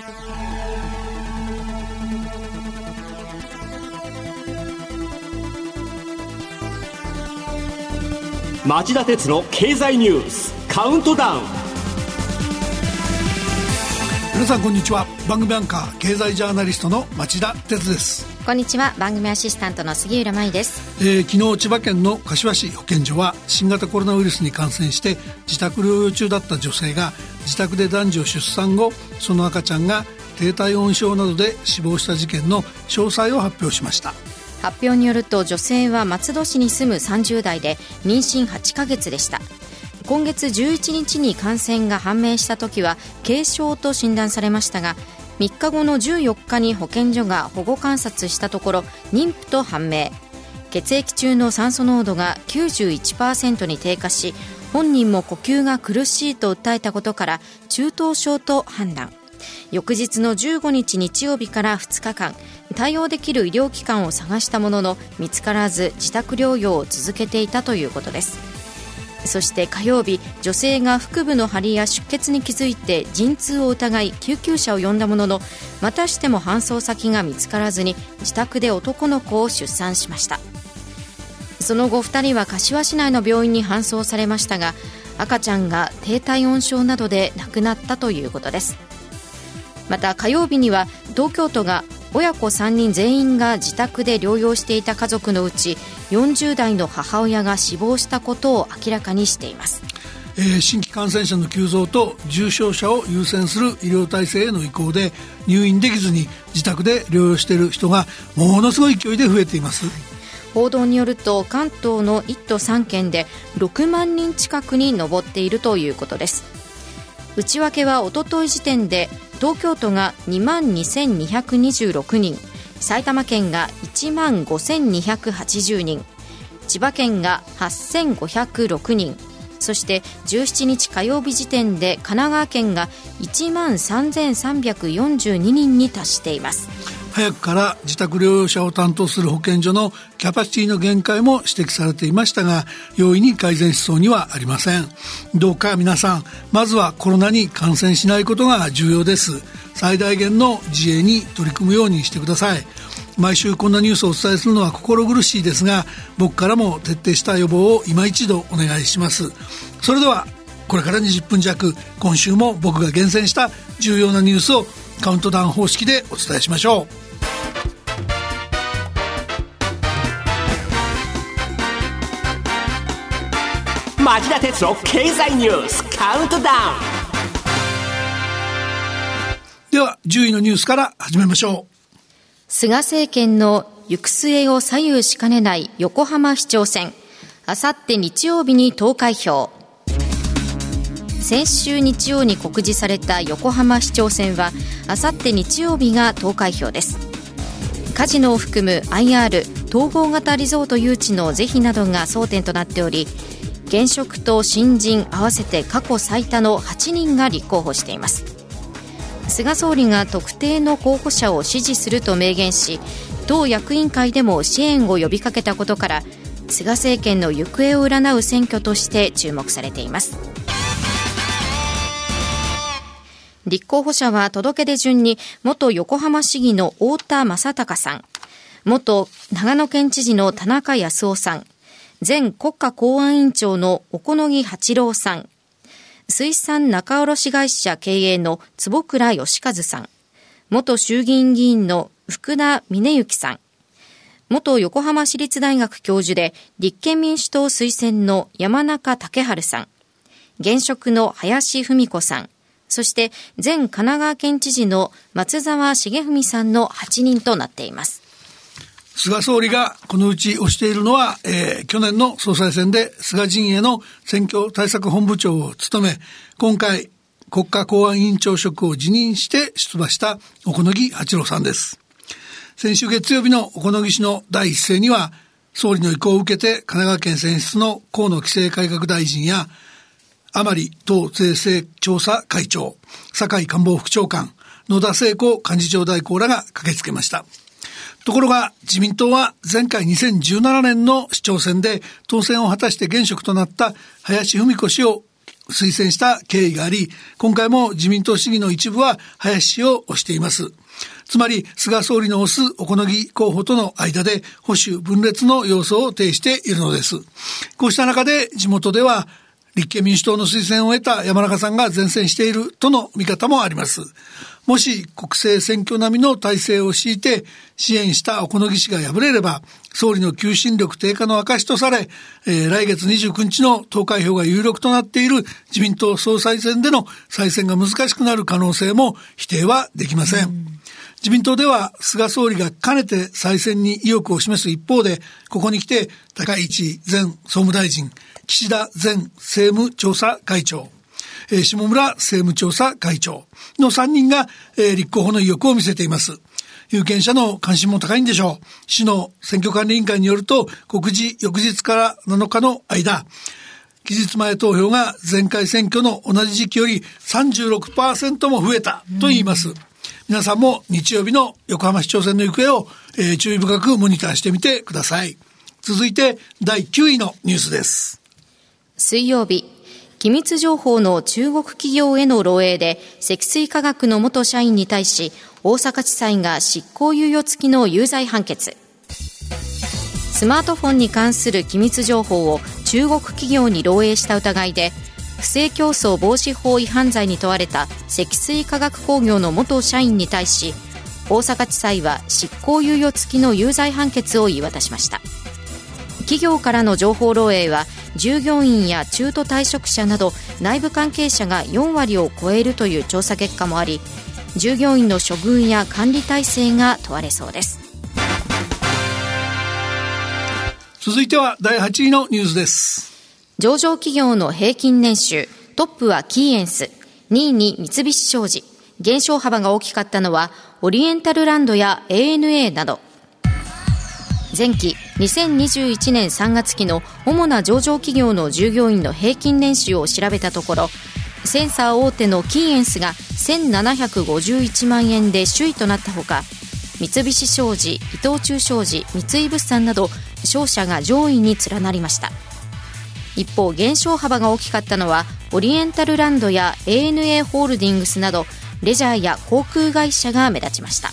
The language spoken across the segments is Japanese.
町田鉄の経済ニュースカウントダウン。 皆さんこんにちは。番組アンカー経済ジャーナリストの町田鉄です。 こんにちは。番組アシスタントの杉浦舞です。 昨日千葉県の柏市保健所は新型コロナウイルスに感染して自宅療養中だった女性が自宅で男児を出産後、その赤ちゃんが低体温症などで死亡した事件の詳細を発表しました。 発表によると、女性は松戸市に住む30代で妊娠8ヶ月でした。今月11日に感染が判明した時は軽症と診断されましたが、3日後の14日に保健所が保護観察したところ妊婦と判明。血液中の酸素濃度が 91% に低下し、本人も呼吸が苦しいと訴えたことから中等症と判断。翌日の15日日曜日から2日間対応できる医療機関を探したものの見つからず、自宅療養を続けていたということです。そして火曜日、女性が腹部の張りや出血に気づいて陣痛を疑い救急車を呼んだものの、またしても搬送先が見つからずに自宅で男の子を出産しました。その後2人は柏市内の病院に搬送されましたが、赤ちゃんが低体温症などで亡くなったということです。また火曜日には東京都が親子3人全員が自宅で療養していた家族のうち40代の母親が死亡したことを明らかにしています。 新規感染者の急増と重症者を優先する医療体制への移行で入院できずに自宅で療養している人がものすごい勢いで増えています。 報道によると関東の1都3県で6万人近くに上っているということです。内訳はおととい時点で東京都が2万2226人、埼玉県が1万5280人、千葉県が8506人、そして17日火曜日時点で神奈川県が1万3342人に達しています。 早くから自宅療養者を担当する保健所のキャパシティの限界も指摘されていましたが、容易に改善しそうにはありません。どうか皆さん、まずはコロナに感染しないことが重要です。最大限の自衛に取り組むようにしてください。毎週こんなニュースをお伝えするのは心苦しいですが、僕からも徹底した予防を今一度お願いします。それではこれから20分弱、今週も僕が厳選した重要なニュースをカウントダウン方式でお伝えしましょう。 町田鉄の経済ニュースカウントダウン。 では10位のニュースから始めましょう。 菅政権の行く末を左右しかねない横浜市長選、あさって日曜日に投開票。先週日曜に告示された横浜市長選はあさって日曜日が投開票です。カジノを含む IR 統合型リゾート誘致の是非などが争点となっており、現職と新人合わせて過去最多の8人が立候補しています。菅総理が特定の候補者を支持すると明言し、党役員会でも支援を呼びかけたことから、菅政権の行方を占う選挙として注目されています。立候補者は届け出順に元横浜市議の太田正孝さん、元長野県知事の田中康夫さん、前国家公安委員長の小此木八郎さん、水産仲卸会社経営の坪倉義和さん、元衆議院議員の福田峰之さん、元横浜市立大学教授で立憲民主党推薦の山中竹春さん、現職の林文子さん、そして前神奈川県知事の松沢成文さんの8人となっています。 菅総理がこのうち推しているのは、去年の総裁選で菅陣営の選挙対策本部長を務め、今回国家公安委員長職を辞任して出馬した小此木八郎さんです。先週月曜日の小此木氏の第一声には、総理の意向を受けて神奈川県選出の河野規制改革大臣や甘利党税制調査会長、酒井官房副長官、野田聖子幹事長代行らが駆けつけました。ところが自民党は前回2017年の市長選で当選を果たして現職となった林文子氏を推薦した経緯があり、今回も自民党市議の一部は林氏を推しています。つまり菅総理の推す小此木候補との間で保守分裂の様相を呈しているのです。こうした中で地元では立憲民主党の推薦を得た山中さんが善戦しているとの見方もあります。もし国政選挙並みの体制を敷いて支援した小此木氏が敗れれば、総理の求心力低下の証とされ、来月29日の投開票が有力となっている自民党総裁選での再選が難しくなる可能性も否定はできません。自民党では菅総理がかねて再選に意欲を示す一方で、ここに来て高市前総務大臣、岸田前政務調査会長、下村政務調査会長の3人が、立候補の意欲を見せています。有権者の関心も高いんでしょう。市の選挙管理委員会によると、告示翌日から7日の間、期日前投票が前回選挙の同じ時期より 36% も増えたと言います。皆さんも日曜日の横浜市長選の行方を、注意深くモニターしてみてください。続いて第9位のニュースです。 水曜日、機密情報の中国企業への漏洩で積水化学の元社員に対し大阪地裁が執行猶予付きの有罪判決。スマートフォンに関する機密情報を中国企業に漏洩した疑いで不正競争防止法違反罪に問われた積水化学工業の元社員に対し、大阪地裁は執行猶予付きの有罪判決を言い渡しました。企業からの情報漏洩は従業員や中途退職者など内部関係者が4割を超えるという調査結果もあり、従業員の処遇や管理体制が問われそうです。 続いては第8位のニュースです。 上場企業の平均年収、トップはキーエンス、2位に三菱商事。減少幅が大きかったのはオリエンタルランドや ANA など。前期2021年3月期の主な上場企業の従業員の平均年収を調べたところ、センサー大手のキーエンスが1751万円で首位となったほか、三菱商事、伊藤忠商事、三井物産など商社が上位に連なりました。一方、減少幅が大きかったのはオリエンタルランドや ANA ホールディングスなどレジャーや航空会社が目立ちました。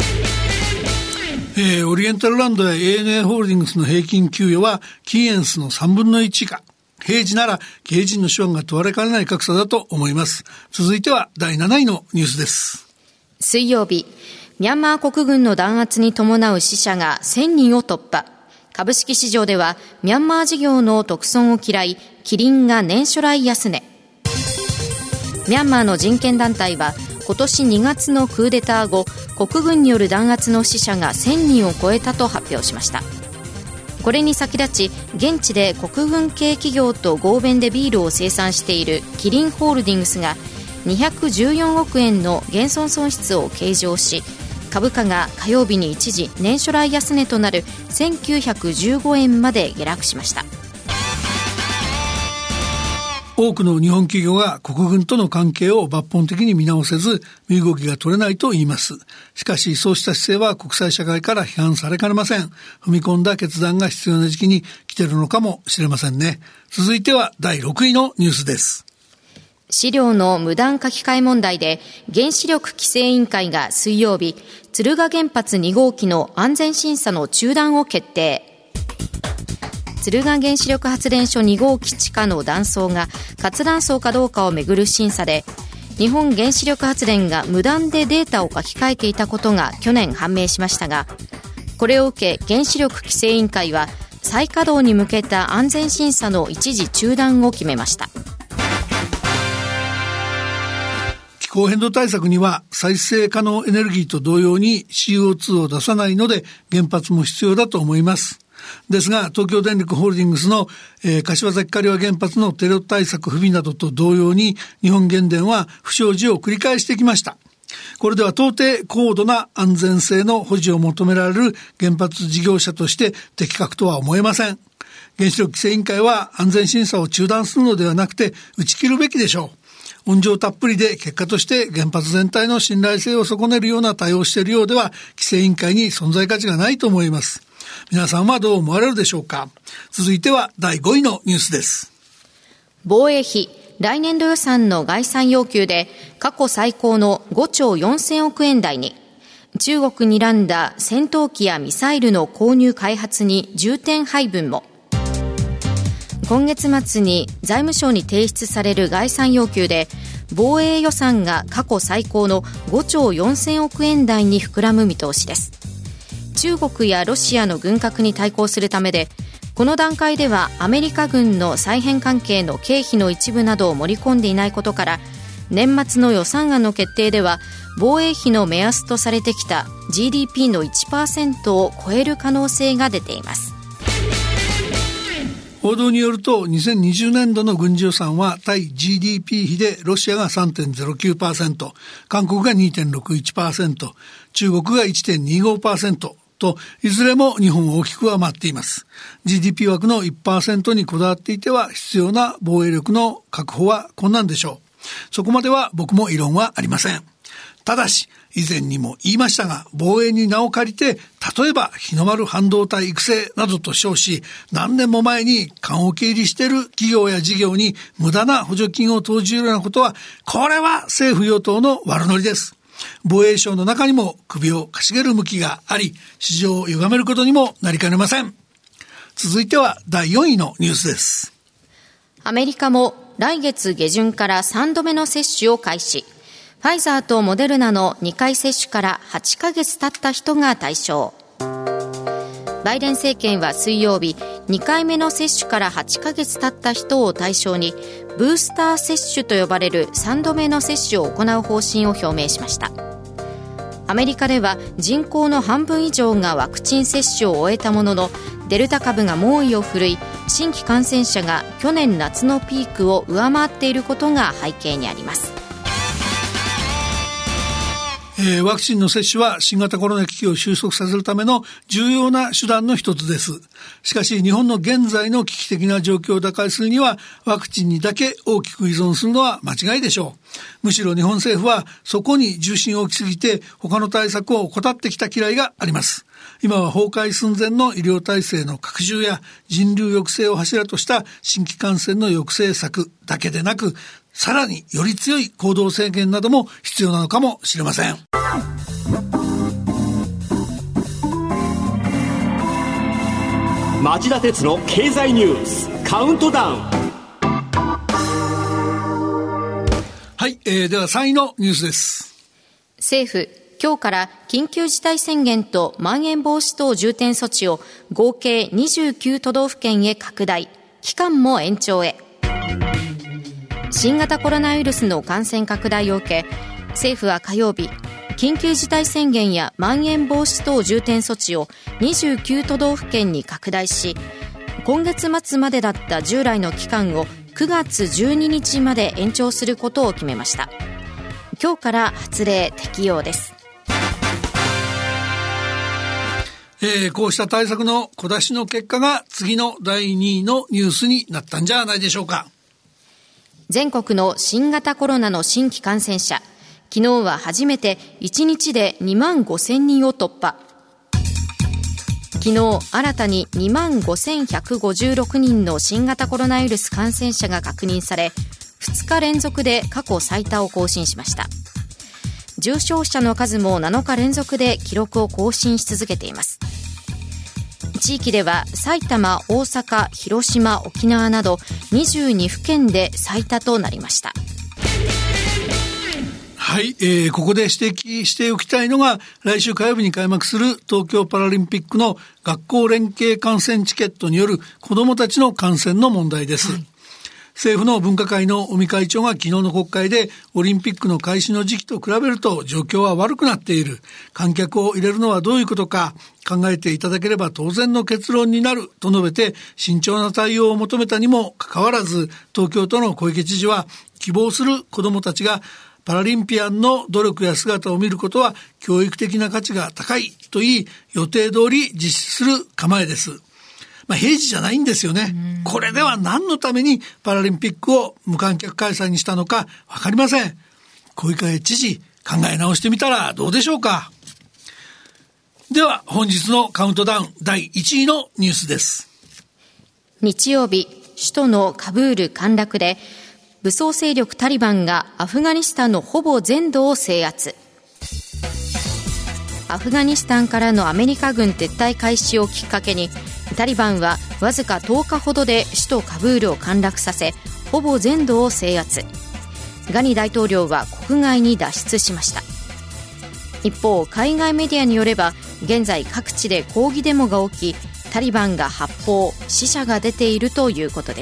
オリエンタルランドや ANA ホールディングスの平均給与はキーエンスの3分の1以下。平時なら経営陣の手腕が問われかねない格差だと思います。続いては第7位のニュースです。 水曜日、ミャンマー国軍の弾圧に伴う死者が1000人を突破。株式市場ではミャンマー事業の特損を嫌い、キリンが年初来安値。ミャンマーの人権団体は今年2月のクーデター後、国軍による弾圧の死者が1000人を超えたと発表しました。これに先立ち、現地で国軍系企業と合弁でビールを生産しているキリンホールディングスが214億円の減損損失を計上し、株価が火曜日に一時年初来安値となる1915円まで下落しました。 多くの日本企業が国軍との関係を抜本的に見直せず身動きが取れないと言います。しかしそうした姿勢は国際社会から批判されかねません。踏み込んだ決断が必要な時期に来ているのかもしれませんね。続いては第6位のニュースです。 資料の無断書き換え問題で原子力規制委員会が水曜日、敦賀原発2号機の安全審査の中断を決定。敦賀原子力発電所2号機地下の断層が活断層かどうかをめぐる審査で、日本原子力発電が無断でデータを書き換えていたことが去年判明しましたが、これを受け原子力規制委員会は再稼働に向けた安全審査の一時中断を決めました。 気候変動対策には再生可能エネルギーと同様に CO2 を出さないので原発も必要だと思います。ですが東京電力ホールディングスの、柏崎刈羽原発のテロ対策不備などと同様に日本原電は不祥事を繰り返してきました。これでは到底高度な安全性の保持を求められる原発事業者として適格とは思えません。原子力規制委員会は安全審査を中断するのではなくて打ち切るべきでしょう。温情たっぷりで結果として原発全体の信頼性を損ねるような対応をしているようでは規制委員会に存在価値がないと思います。皆さんはどう思われるでしょうか。続いては第5位のニュースです。 防衛費来年度予算の概算要求で過去最高の5兆4000億円台に、中国にらんだ戦闘機やミサイルの購入開発に重点配分も。今月末に財務省に提出される概算要求で、防衛予算が過去最高の5兆4000億円台に膨らむ見通しです。中国やロシアの軍拡に対抗するためで、この段階ではアメリカ軍の再編関係の経費の一部などを盛り込んでいないことから、年末の予算案の決定では防衛費の目安とされてきた GDP の 1% を超える可能性が出ています。 報道によると2020年度の軍事予算は対 GDP 比でロシアが 3.09%、 韓国が 2.61%、 中国が 1.25%と、いずれも日本を大きく上回っています。 GDP 枠の 1% にこだわっていては必要な防衛力の確保は困難でしょう。そこまでは僕も異論はありません。ただし以前にも言いましたが、防衛に名を借りて例えば日の丸半導体育成などと称し、何年も前に棺桶入りしている企業や事業に無駄な補助金を投じるようなことは、これは政府与党の悪ノリです。防衛省の中にも首をかしげる向きがあり、市場を歪めることにもなりかねません。続いては第4位のニュースです。 アメリカも来月下旬から3度目の接種を開始。ファイザーとモデルナの2回接種から8ヶ月経った人が対象。バイデン政権は水曜日、2回目の接種から8ヶ月経った人を対象に、ブースター接種と呼ばれる3度目の接種を行う方針を表明しました。アメリカでは人口の半分以上がワクチン接種を終えたものの、デルタ株が猛威を振るい、新規感染者が去年夏のピークを上回っていることが背景にあります。 ワクチンの接種は新型コロナ危機を収束させるための重要な手段の一つです。しかし日本の現在の危機的な状況を打開するには、ワクチンにだけ大きく依存するのは間違いでしょう。むしろ日本政府はそこに重心を置きすぎて他の対策を怠ってきた嫌いがあります。今は崩壊寸前の医療体制の拡充や人流抑制を柱とした新規感染の抑制策だけでなく、さらにより強い行動制限なども必要なのかもしれません。 町田鉄の経済ニュースカウントダウン。 はい、では3位のニュースです。 政府、今日から緊急事態宣言とまん延防止等重点措置を合計29都道府県へ拡大、期間も延長へ。新型コロナウイルスの感染拡大を受け、政府は火曜日、緊急事態宣言やまん延防止等重点措置を29都道府県に拡大し、今月末までだった従来の期間を9月12日まで延長することを決めました。今日から発令適用です。 こうした対策の小出しの結果が次の第2位のニュースになったんじゃないでしょうか。 全国の新型コロナの新規感染者、昨日は初めて1日で2万5000人を突破。昨日新たに2万5156人の新型コロナウイルス感染者が確認され、2日連続で過去最多を更新しました。重症者の数も7日連続で記録を更新し続けています。地域では埼玉、大阪、広島、沖縄など22府県で最多となりました。 はい、ここで指摘しておきたいのが、来週火曜日に開幕する東京パラリンピックの学校連携観戦チケットによる子どもたちの観戦の問題です。政府の分科会の尾身会長が昨日の国会で、オリンピックの開始の時期と比べると状況は悪くなっている、観客を入れるのはどういうことか考えていただければ当然の結論になると述べて、慎重な対応を求めたにもかかわらず、東京都の小池知事は、希望する子どもたちがパラリンピアンの努力や姿を見ることは教育的な価値が高いと言い、予定通り実施する構えです。平時じゃないんですよね。これでは何のためにパラリンピックを無観客開催にしたのか分かりません。小池知事、考え直してみたらどうでしょうか。では本日のカウントダウン第1位のニュースです。 日曜日、首都のカブール陥落で武装勢力タリバンがアフガニスタンのほぼ全土を制圧。アフガニスタンからのアメリカ軍撤退開始をきっかけに、タリバンはわずか10日ほどで首都カブールを陥落させ、ほぼ全土を制圧。ガニ大統領は国外に脱出しました。一方、海外メディアによれば、現在各地で抗議デモが起き、タリバンが発砲、死者が出ているということです。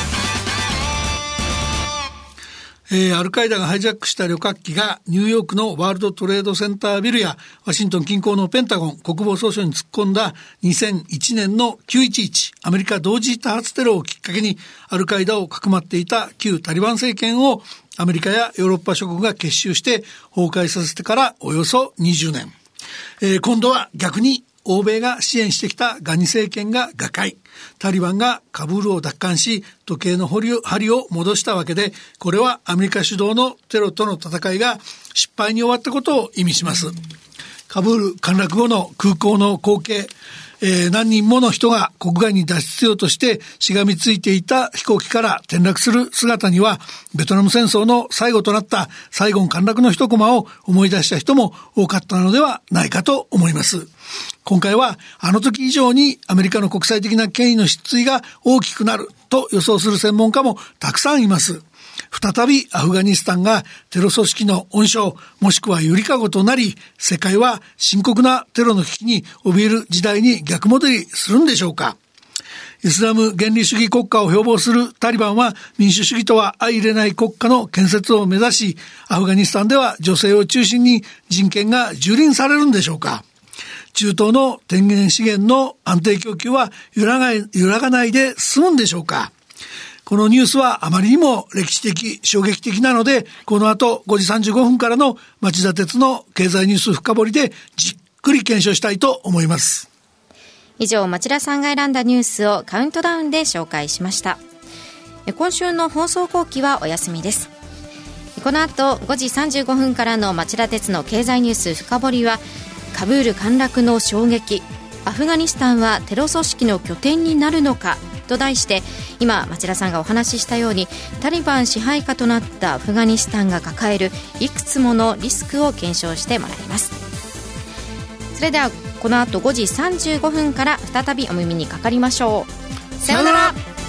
アルカイダがハイジャックした旅客機がニューヨークのワールドトレードセンタービルやワシントン近郊のペンタゴン国防総省に突っ込んだ2001年の911アメリカ同時多発テロをきっかけにアルカイダをかくまっていた旧タリバン政権をアメリカやヨーロッパ諸国が結集して崩壊させてからおよそ20年、今度は逆に欧米が支援してきたガニ政権が瓦解、タリバンがカブールを奪還し時計の針を戻したわけで、これはアメリカ主導のテロとの戦いが失敗に終わったことを意味します。カブール陥落後の空港の光景、何人もの人が国外に脱出しようとしてしがみついていた飛行機から転落する姿には、ベトナム戦争の最後となったサイゴン陥落の一コマを思い出した人も多かったのではないかと思います。今回はあの時以上にアメリカの国際的な権威の失墜が大きくなると予想する専門家もたくさんいます。再びアフガニスタンがテロ組織の温床もしくはゆりかごとなり、世界は深刻なテロの危機に怯える時代に逆戻りするんでしょうか。イスラム原理主義国家を標榜するタリバンは民主主義とは相入れない国家の建設を目指し、アフガニスタンでは女性を中心に人権が蹂躙されるんでしょうか。中東の天然資源の安定供給は揺らがないで済むんでしょうか。このニュースはあまりにも歴史的衝撃的なので、この後5時35分からの町田鉄の経済ニュース深掘りでじっくり検証したいと思います。 以上、町田さんが選んだニュースをカウントダウンで紹介しました。今週の放送後期はお休みです。この後5時35分からの町田鉄の経済ニュース深掘りは、カブール陥落の衝撃、アフガニスタンはテロ組織の拠点になるのかと題して、今町田さんがお話ししたようにタリバン支配下となったアフガニスタンが抱えるいくつものリスクを検証してもらいます。それではこの後5時35分から再びお耳にかかりましょう。さようなら。